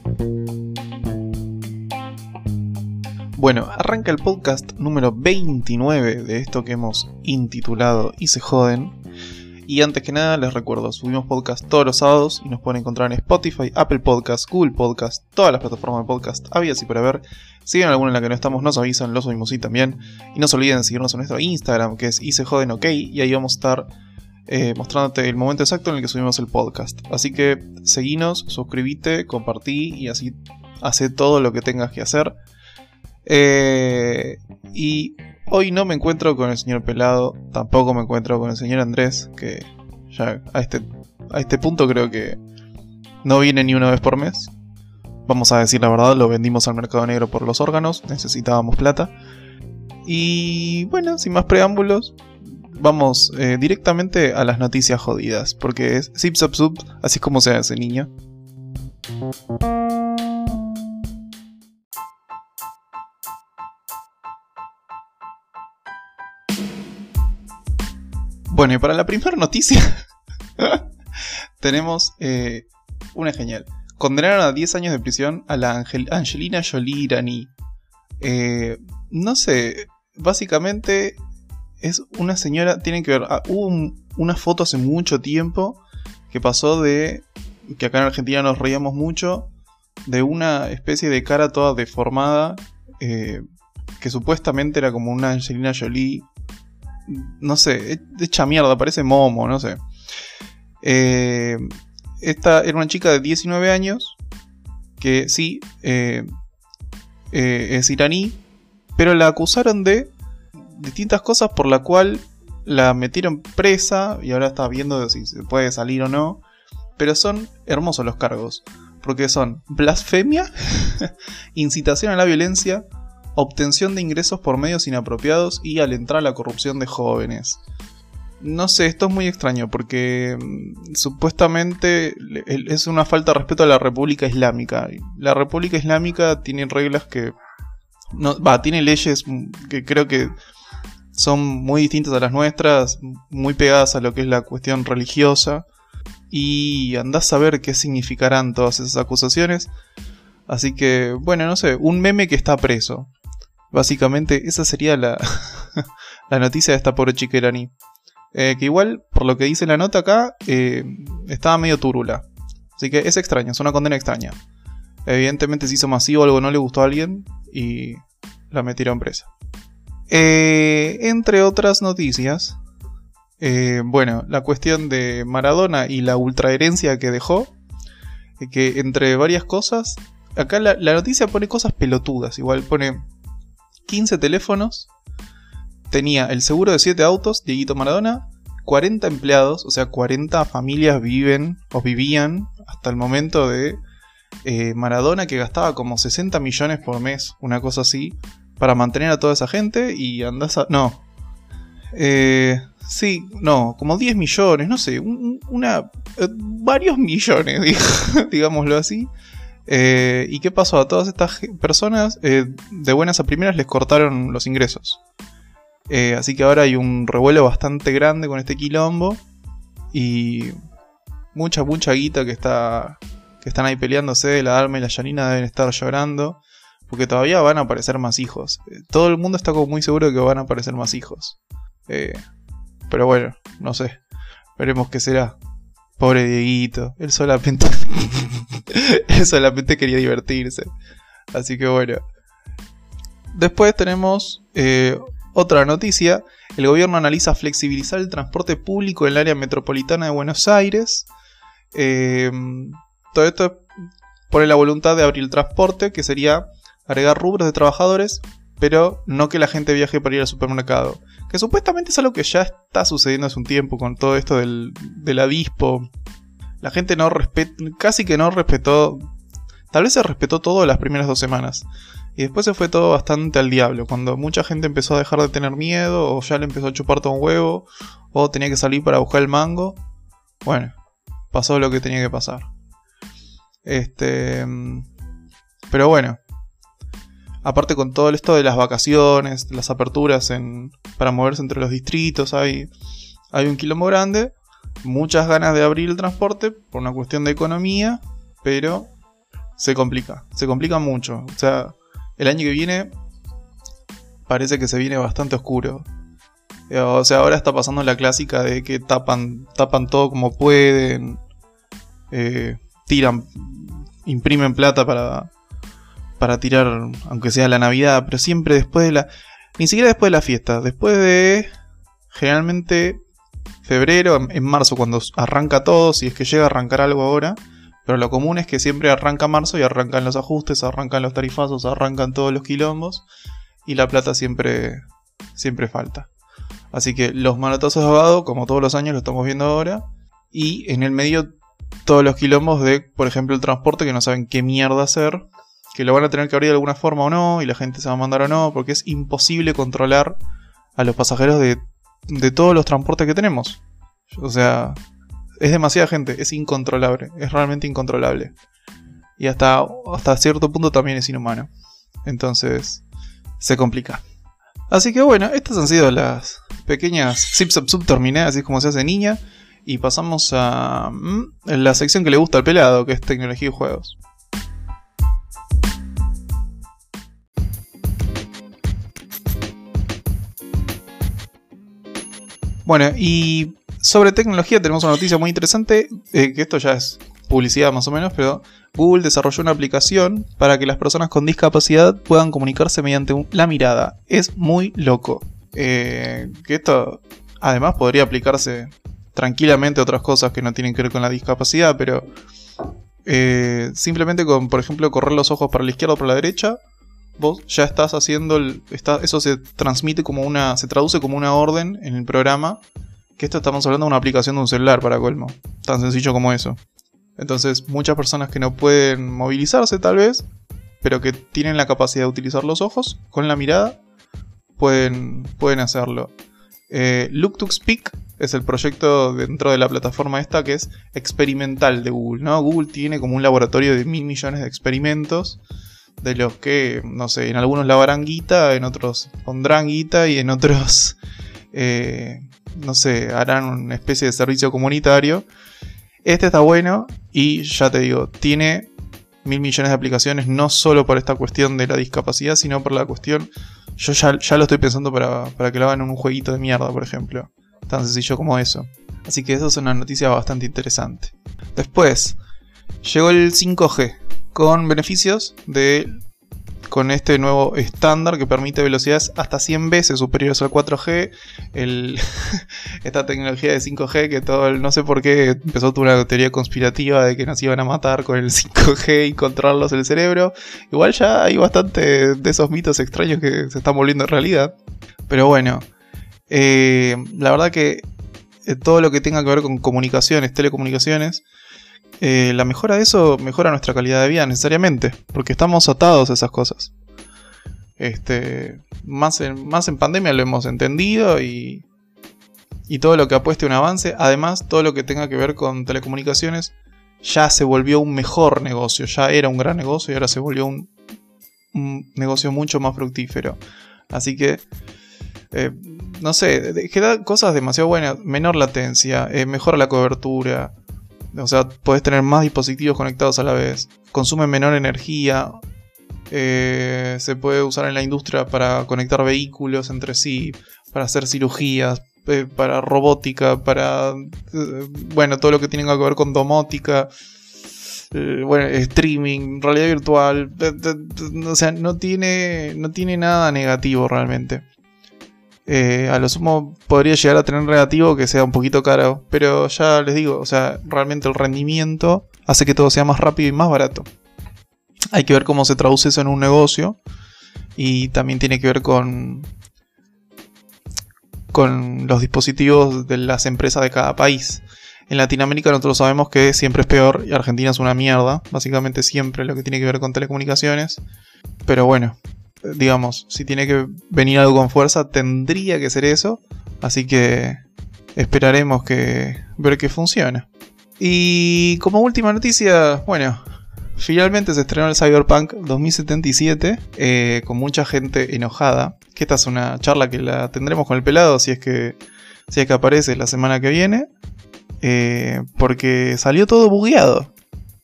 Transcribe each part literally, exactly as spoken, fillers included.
Bueno, arranca el podcast número veintinueve de esto que hemos intitulado Y se joden. Y antes que nada les recuerdo, subimos podcast todos los sábados y nos pueden encontrar en Spotify, Apple Podcasts, Google Podcasts, todas las plataformas de podcast habidas y por haber. Si hay alguna en la que no estamos, nos avisan, lo subimos y también. Y no se olviden de seguirnos en nuestro Instagram, que es Y se joden ok, y ahí vamos a estar eh, mostrándote el momento exacto en el que subimos el podcast. Así que seguinos, suscríbete, compartí y así hace todo lo que tengas que hacer. Eh, y hoy no me encuentro con el señor Pelado, tampoco me encuentro con el señor Andrés, que ya a este, a este punto creo que no viene ni una vez por mes. Vamos a decir la verdad, lo vendimos al mercado negro por los órganos, necesitábamos plata. Y bueno, sin más preámbulos, vamos eh, directamente a las noticias jodidas, porque es zip zap zup, así es como se hace, niño. Bueno, y para la primera noticia tenemos eh, una genial. Condenaron a diez años de prisión a la Angel- Angelina Jolie iraní. Eh, no sé, básicamente es una señora, tienen que ver, ah, hubo un, una foto hace mucho tiempo que pasó de, que acá en Argentina nos reíamos mucho, de una especie de cara toda deformada, eh, que supuestamente era como una Angelina Jolie. No sé, hecha mierda, parece Momo, no sé. Eh, esta era una chica de diecinueve años que sí eh, eh, es iraní, pero la acusaron de distintas cosas por la cual la metieron presa y ahora está viendo si se puede salir o no. Pero son hermosos los cargos, porque son blasfemia, incitación a la violencia, obtención de ingresos por medios inapropiados y alentar a la corrupción de jóvenes. No sé, esto es muy extraño porque mmm, supuestamente es una falta de respeto a la República Islámica. La República Islámica tiene reglas que... no, va, tiene leyes que creo que son muy distintas a las nuestras, muy pegadas a lo que es la cuestión religiosa. Y andás a ver qué significarán todas esas acusaciones. Así que, bueno, no sé, un meme que está preso. Básicamente esa sería la, la noticia de esta pobre chica iraní. Eh, que igual, por lo que dice la nota acá, eh, estaba medio turula. Así que es extraño, es una condena extraña. Evidentemente se hizo masivo, algo no le gustó a alguien y la metieron presa. Eh, entre otras noticias, eh, bueno, la cuestión de Maradona y la ultraherencia que dejó. Eh, que entre varias cosas, acá la, la noticia pone cosas pelotudas, igual pone... quince teléfonos, tenía el seguro de siete autos, Dieguito Maradona, cuarenta empleados, o sea, cuarenta familias viven o vivían hasta el momento de eh, Maradona, que gastaba como sesenta millones por mes, una cosa así, para mantener a toda esa gente y andás a... No. Eh, sí, no, como diez millones, no sé, un, una... Eh, varios millones, digámoslo así. Eh, ¿Y qué pasó? A todas estas personas, eh, de buenas a primeras les cortaron los ingresos. Eh, así que ahora hay un revuelo bastante grande con este quilombo. Y mucha, mucha guita que está que están ahí peleándose. La Alma y la Yanina deben estar llorando, porque todavía van a aparecer más hijos. Eh, todo el mundo está como muy seguro de que van a aparecer más hijos. Eh, pero bueno, no sé. Veremos qué será. Pobre Dieguito, él solamente él solamente quería divertirse. Así que bueno. Después tenemos eh, otra noticia. El gobierno analiza flexibilizar el transporte público en el área metropolitana de Buenos Aires. Eh, todo esto pone la voluntad de abrir el transporte, que sería agregar rubros de trabajadores, pero no que la gente viaje para ir al supermercado. Que supuestamente es algo que ya está sucediendo hace un tiempo con todo esto del, del avispo. La gente no respetó, casi que no respetó, tal vez se respetó todo las primeras dos semanas. Y después se fue todo bastante al diablo, cuando mucha gente empezó a dejar de tener miedo, o ya le empezó a chupar todo un huevo, o tenía que salir para buscar el mango. Bueno, pasó lo que tenía que pasar. Este... Pero bueno. Aparte con todo esto de las vacaciones, las aperturas en, para moverse entre los distritos, hay, hay un quilombo grande, muchas ganas de abrir el transporte por una cuestión de economía, pero se complica. Se complica mucho. O sea, el año que viene parece que se viene bastante oscuro. O sea, ahora está pasando la clásica de que tapan, tapan todo como pueden. Eh, tiran, imprimen plata para, para tirar, aunque sea la Navidad. Pero siempre después de la... Ni siquiera después de la fiesta. Después de... Generalmente febrero, en marzo, cuando arranca todo. Si es que llega a arrancar algo ahora. Pero lo común es que siempre arranca marzo y arrancan los ajustes, arrancan los tarifazos, arrancan todos los quilombos. Y la plata siempre, siempre falta. Así que los manotazos de abogado, como todos los años, lo estamos viendo ahora. Y en el medio, todos los quilombos de, por ejemplo, el transporte, que no saben qué mierda hacer. Que lo van a tener que abrir de alguna forma o no. Y la gente se va a mandar o no. Porque es imposible controlar a los pasajeros de, de todos los transportes que tenemos. O sea, es demasiada gente. Es incontrolable. Es realmente incontrolable. Y hasta, hasta cierto punto también es inhumano. Entonces, se complica. Así que bueno, estas han sido las pequeñas zip zap sub terminé, así es como se hace niña. Y pasamos a mmm, la sección que le gusta al pelado, que es tecnología y juegos. Bueno, y sobre tecnología tenemos una noticia muy interesante, eh, que esto ya es publicidad más o menos, pero Google desarrolló una aplicación para que las personas con discapacidad puedan comunicarse mediante un, la mirada. Es muy loco. Eh, que esto además podría aplicarse tranquilamente a otras cosas que no tienen que ver con la discapacidad, pero eh, simplemente con, por ejemplo, correr los ojos para la izquierda o para la derecha, vos ya estás haciendo, el, está, eso se transmite como una, se traduce como una orden en el programa, que esto estamos hablando de una aplicación de un celular para colmo, tan sencillo como eso. Entonces muchas personas que no pueden movilizarse tal vez, pero que tienen la capacidad de utilizar los ojos con la mirada, pueden, pueden hacerlo. Eh, Look to Speak es el proyecto dentro de la plataforma esta que es experimental de Google, ¿no? Google tiene como un laboratorio de mil millones de experimentos, de los que, no sé, en algunos lavarán guita, en otros pondrán guita y en otros, eh, no sé, harán una especie de servicio comunitario. Este está bueno y ya te digo, tiene mil millones de aplicaciones, no solo por esta cuestión de la discapacidad, sino por la cuestión, yo ya, ya lo estoy pensando para, para que lo hagan en un jueguito de mierda, por ejemplo. Tan sencillo como eso. Así que eso es una noticia bastante interesante. Después, llegó el cinco G, con beneficios de... con este nuevo estándar que permite velocidades hasta cien veces superiores al cuatro G. El esta tecnología de cinco G que todo el, no sé por qué empezó toda una teoría conspirativa de que nos iban a matar con el cinco G y controlarlos el cerebro. Igual ya hay bastante de esos mitos extraños que se están volviendo realidad. Pero bueno, eh, la verdad que eh, todo lo que tenga que ver con comunicaciones, telecomunicaciones, Eh, la mejora de eso mejora nuestra calidad de vida necesariamente, porque estamos atados a esas cosas. Este, más, en, más en pandemia lo hemos entendido y, y todo lo que apueste a un avance, además todo lo que tenga que ver con telecomunicaciones ya se volvió un mejor negocio, ya era un gran negocio y ahora se volvió un, un negocio mucho más fructífero. Así que, eh, no sé, que da cosas demasiado buenas, menor latencia, eh, mejora la cobertura. O sea, podés tener más dispositivos conectados a la vez. Consume menor energía. Eh, se puede usar en la industria para conectar vehículos entre sí. Para hacer cirugías. Eh, para robótica. Para... Eh, bueno, todo lo que tiene que ver con domótica. Eh, bueno, streaming. Realidad virtual. Eh, eh, o sea, no tiene, no tiene nada negativo realmente. Eh, a lo sumo podría llegar a tener negativo que sea un poquito caro, pero ya les digo, o sea, realmente el rendimiento hace que todo sea más rápido y más barato. Hay que ver cómo se traduce eso en un negocio y también tiene que ver con con los dispositivos de las empresas de cada país. En Latinoamérica nosotros sabemos que siempre es peor y Argentina es una mierda, básicamente siempre lo que tiene que ver con telecomunicaciones, pero bueno, digamos, si tiene que venir algo con fuerza, tendría que ser eso. Así que esperaremos que ver que funciona. Y como última noticia, bueno, finalmente se estrenó el Cyberpunk dos mil setenta y siete, eh, con mucha gente enojada. Que esta es una charla que la tendremos con el pelado si es que, si es que aparece la semana que viene. Eh, porque salió todo bugueado.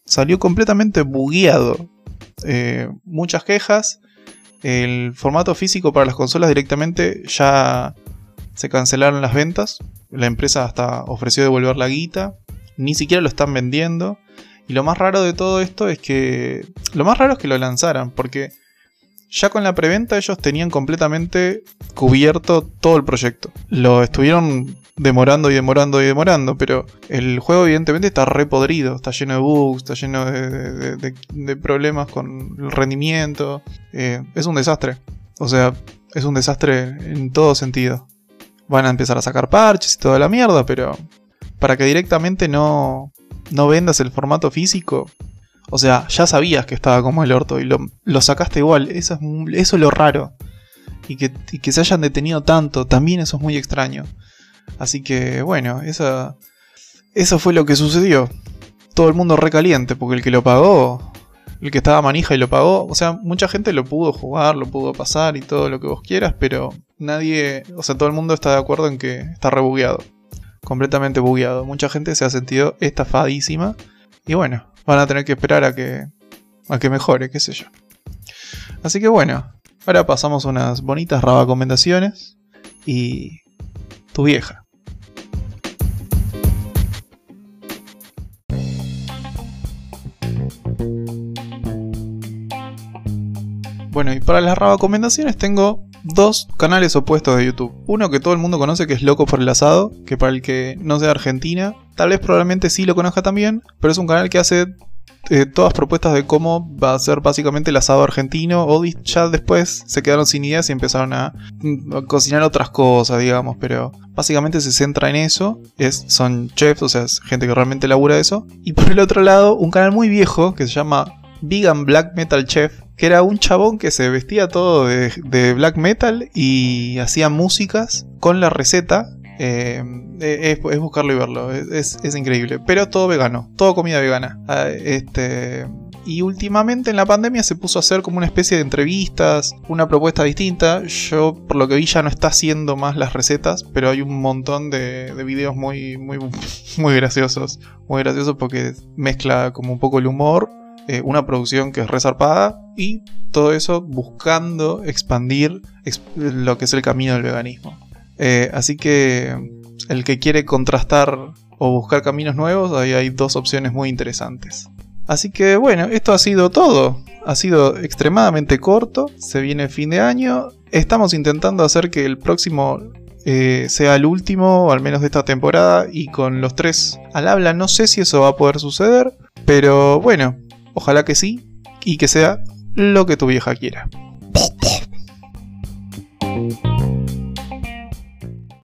salió completamente bugueado. Eh, muchas quejas. El formato físico para las consolas directamente ya se cancelaron las ventas. La empresa hasta ofreció devolver la guita. Ni siquiera lo están vendiendo. Y lo más raro de todo esto es que... Lo más raro es que lo lanzaran, porque ya con la preventa ellos tenían completamente cubierto todo el proyecto. Lo estuvieron demorando y demorando y demorando, pero el juego evidentemente está re podrido. Está lleno de bugs, está lleno de, de, de, de problemas con el rendimiento. Eh, es un desastre. O sea, es un desastre en todo sentido. Van a empezar a sacar parches y toda la mierda, pero para que directamente no... no vendas el formato físico, o sea, ya sabías que estaba como el orto y lo, lo sacaste igual. Eso es, eso es lo raro. Y que, y que se hayan detenido tanto, también eso es muy extraño. Así que bueno, eso, eso fue lo que sucedió. Todo el mundo recaliente, porque el que lo pagó, el que estaba manija y lo pagó, o sea, mucha gente lo pudo jugar, lo pudo pasar y todo lo que vos quieras, pero nadie, o sea, todo el mundo está de acuerdo en que está rebugueado. Completamente bugueado. Mucha gente se ha sentido estafadísima. Y bueno, van a tener que esperar a que, a que mejore, qué sé yo. Así que bueno, ahora pasamos unas bonitas recomendaciones. Y tu vieja. Bueno, y para las recomendaciones tengo dos canales opuestos de YouTube. Uno que todo el mundo conoce, que es Loco por el Asado, que para el que no sea de Argentina, tal vez probablemente sí lo conozca también, pero es un canal que hace eh, todas propuestas de cómo va a ser básicamente el asado argentino, o ya después se quedaron sin ideas y empezaron a, a cocinar otras cosas, digamos, pero básicamente se centra en eso. Es, son chefs, o sea, es gente que realmente labura eso. Y por el otro lado, un canal muy viejo que se llama Vegan Black Metal Chef, que era un chabón que se vestía todo de, de black metal y hacía músicas con la receta. Eh, es, es buscarlo y verlo, es, es increíble. Pero todo vegano, todo comida vegana. Este, y últimamente en la pandemia se puso a hacer como una especie de entrevistas, una propuesta distinta. Yo por lo que vi ya no está haciendo más las recetas, pero hay un montón de, de videos muy, muy, muy graciosos. Muy graciosos porque mezcla como un poco el humor. Eh, una producción que es resarpada y todo eso buscando expandir exp lo que es el camino del veganismo. Eh, así que el que quiere contrastar o buscar caminos nuevos, ahí hay dos opciones muy interesantes. Así que bueno, esto ha sido todo. Ha sido extremadamente corto. Se viene el fin de año. Estamos intentando hacer que el próximo eh, sea el último, al menos de esta temporada, y con los tres al habla. No sé si eso va a poder suceder, pero bueno, ojalá que sí, y que sea lo que tu vieja quiera.